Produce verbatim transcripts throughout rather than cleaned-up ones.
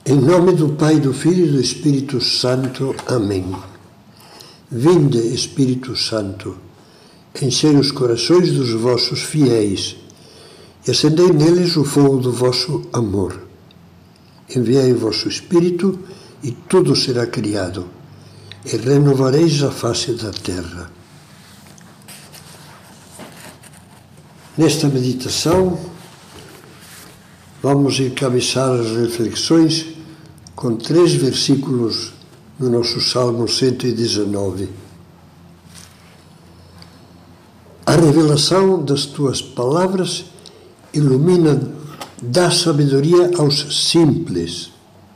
Em nome do Pai, do Filho e do Espírito Santo. Amém. Vinde, Espírito Santo, enchei os corações dos vossos fiéis e acendei neles o fogo do vosso amor. Enviai o vosso Espírito e tudo será criado, e renovareis a face da terra. Nesta meditação, vamos encabeçar as reflexões com três versículos no nosso Salmo cento e dezenove. A revelação das tuas palavras ilumina, dá sabedoria aos simples.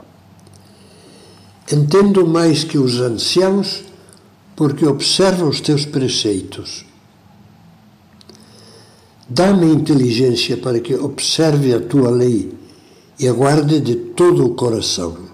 Entendo mais que os anciãos, porque observo os teus preceitos. Dá-me inteligência para que observe a tua lei e aguarde de todo o coração.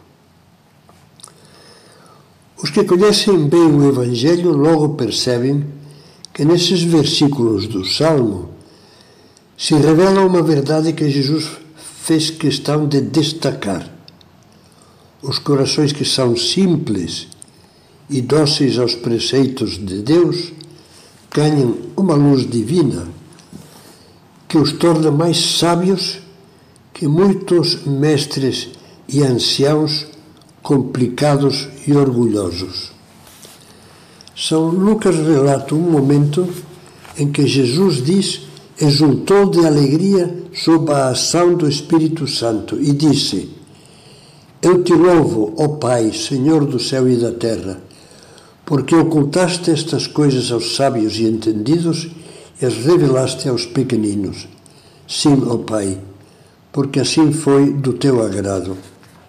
Os que conhecem bem o Evangelho logo percebem que nesses versículos do Salmo se revela uma verdade que Jesus fez questão de destacar. Os corações que são simples e dóceis aos preceitos de Deus ganham uma luz divina que os torna mais sábios que muitos mestres e anciãos complicados e orgulhosos. São Lucas relata um momento em que Jesus diz, exultou de alegria sob a ação do Espírito Santo e disse: Eu te louvo, ó Pai, Senhor do céu e da terra, porque ocultaste estas coisas aos sábios e entendidos e as revelaste aos pequeninos. Sim, ó Pai, porque assim foi do teu agrado.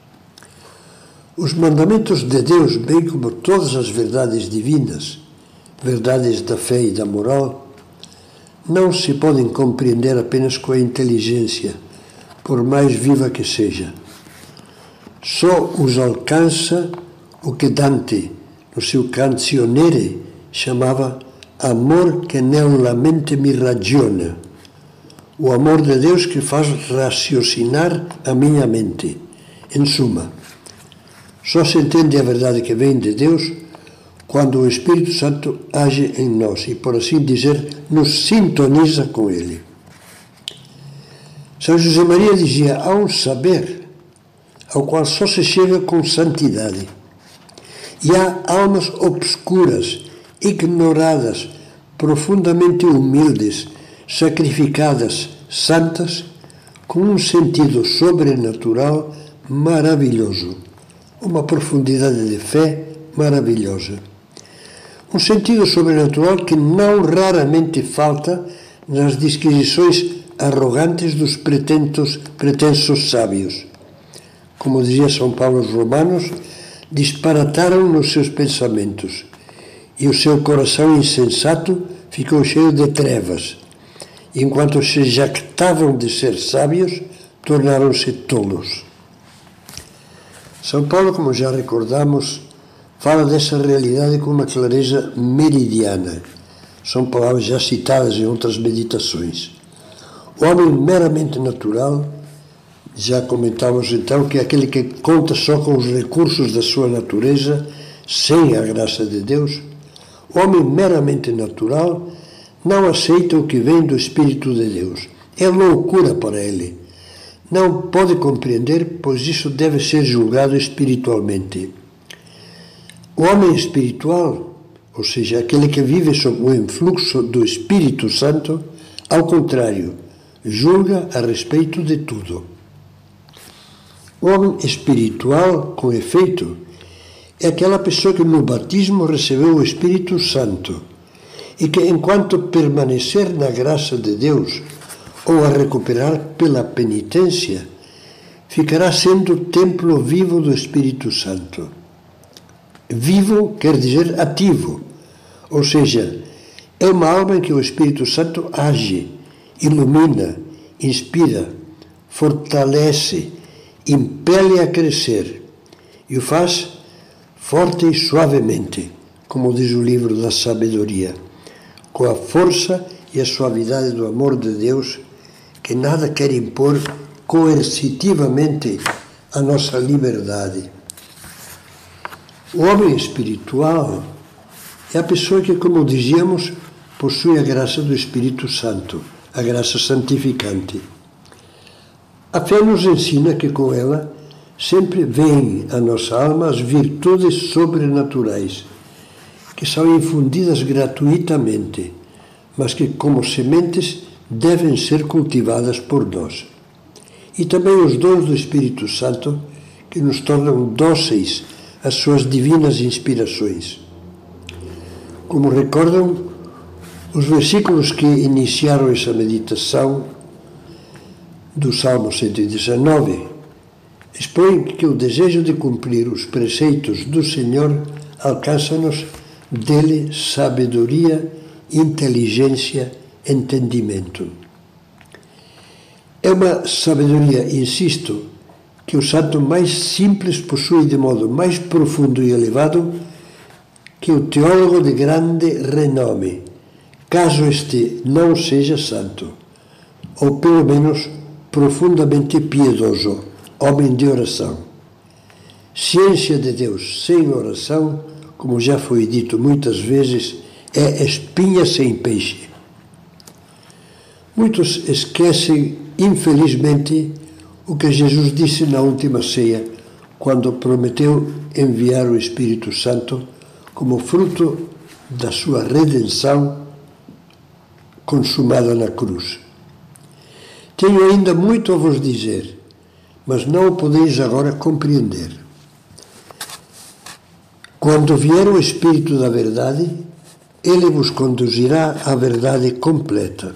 Os mandamentos de Deus, bem como todas as verdades divinas, verdades da fé e da moral, não se podem compreender apenas com a inteligência, por mais viva que seja. Só os alcança o que Dante, no seu Canzoniere, chamava amor che nella mente mi ragiona, o amor de Deus que faz raciocinar a minha mente. Em suma, só se entende a verdade que vem de Deus quando o Espírito Santo age em nós e, por assim dizer, nos sintoniza com Ele. São José Maria dizia, há um saber ao qual só se chega com santidade. E há almas obscuras, ignoradas, profundamente humildes, sacrificadas, santas, com um sentido sobrenatural maravilhoso, uma profundidade de fé maravilhosa. Um sentido sobrenatural que não raramente falta nas disquisições arrogantes dos pretensos, pretensos sábios. Como dizia São Paulo aos Romanos, disparataram nos seus pensamentos e o seu coração insensato ficou cheio de trevas. E enquanto se jactavam de ser sábios, tornaram-se tolos. São Paulo, como já recordamos, fala dessa realidade com uma clareza meridiana. São palavras já citadas em outras meditações. O homem meramente natural, já comentamos então, que é aquele que conta só com os recursos da sua natureza, sem a graça de Deus. O homem meramente natural não aceita o que vem do Espírito de Deus. É loucura para ele. Não pode compreender, pois isso deve ser julgado espiritualmente. O homem espiritual, ou seja, aquele que vive sob o influxo do Espírito Santo, ao contrário, julga a respeito de tudo. O homem espiritual, com efeito, é aquela pessoa que no batismo recebeu o Espírito Santo e que, enquanto permanecer na graça de Deus ou a recuperar pela penitência, ficará sendo o templo vivo do Espírito Santo. Vivo quer dizer ativo, ou seja, é uma alma em que o Espírito Santo age, ilumina, inspira, fortalece, impele a crescer e o faz forte e suavemente, como diz o livro da sabedoria, com a força e a suavidade do amor de Deus, que nada quer impor coercitivamente a nossa liberdade. O homem espiritual é a pessoa que, como dizíamos, possui a graça do Espírito Santo, a graça santificante. A fé nos ensina que com ela sempre vêm à nossa alma as virtudes sobrenaturais, que são infundidas gratuitamente, mas que, como sementes, devem ser cultivadas por nós. E também os dons do Espírito Santo, que nos tornam dóceis às suas divinas inspirações. Como recordam, os versículos que iniciaram essa meditação do Salmo cento e dezenove expõem que o desejo de cumprir os preceitos do Senhor alcança-nos dele sabedoria, inteligência, entendimento. É uma sabedoria, insisto, que o santo mais simples possui de modo mais profundo e elevado que o teólogo de grande renome, caso este não seja santo, ou pelo menos profundamente piedoso, homem de oração. Ciência de Deus sem oração, como já foi dito muitas vezes, é espinha sem peixe. Muitos esquecem, infelizmente, o que Jesus disse na última ceia, quando prometeu enviar o Espírito Santo como fruto da sua redenção consumada na cruz. Tenho ainda muito a vos dizer, mas não o podeis agora compreender. Quando vier o Espírito da verdade, ele vos conduzirá à verdade completa.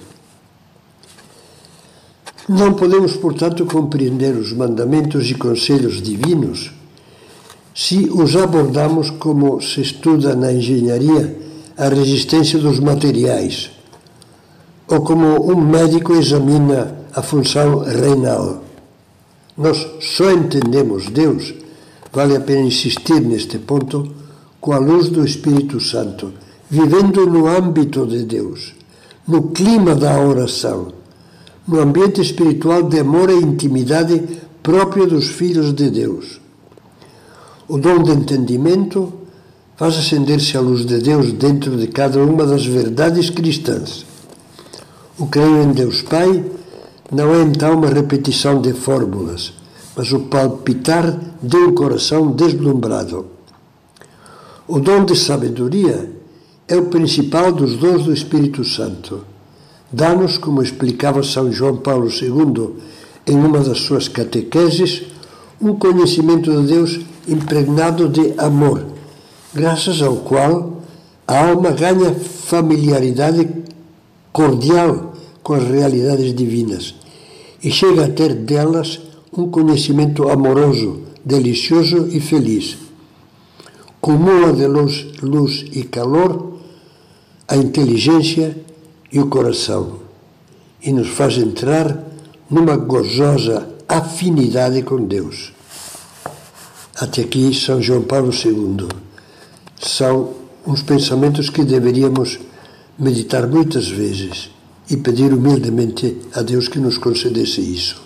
Não podemos, portanto, compreender os mandamentos e conselhos divinos se os abordamos como se estuda na engenharia a resistência dos materiais, ou como um médico examina a função renal. Nós só entendemos Deus, vale a pena insistir neste ponto, com a luz do Espírito Santo, vivendo no âmbito de Deus, no clima da oração, no ambiente espiritual de amor e intimidade próprio dos filhos de Deus. O dom de entendimento faz acender-se a luz de Deus dentro de cada uma das verdades cristãs. O creio em Deus Pai não é então uma repetição de fórmulas, mas o palpitar de um coração deslumbrado. O dom de sabedoria é o principal dos dons do Espírito Santo. Dá-nos, como explicava São João Paulo segundo em uma das suas catequeses, um conhecimento de Deus impregnado de amor, graças ao qual a alma ganha familiaridade cordial com as realidades divinas e chega a ter delas um conhecimento amoroso, delicioso e feliz. Comua de luz, luz e calor a inteligência e o coração, e nos faz entrar numa gozosa afinidade com Deus. Até aqui, São João Paulo segundo. São uns pensamentos que deveríamos meditar muitas vezes e pedir humildemente a Deus que nos concedesse isso.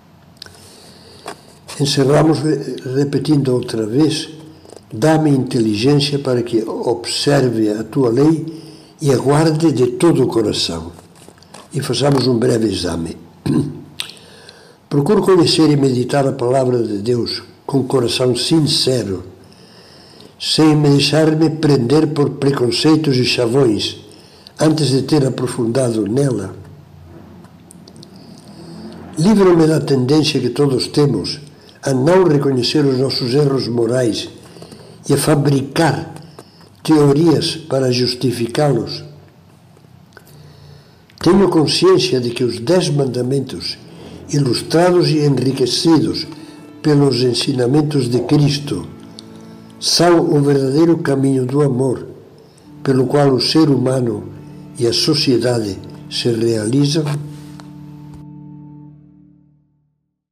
Encerramos repetindo outra vez: dá-me inteligência para que observe a tua lei e aguarde de todo o coração. E façamos um breve exame. Procuro conhecer e meditar a palavra de Deus com coração sincero, sem me deixar-me prender por preconceitos e chavões, antes de ter aprofundado nela. Livra-me da tendência que todos temos a não reconhecer os nossos erros morais e a fabricar teorias para justificá-los. Tenho consciência de que os dez mandamentos, ilustrados e enriquecidos pelos ensinamentos de Cristo, são o verdadeiro caminho do amor, pelo qual o ser humano e a sociedade se realizam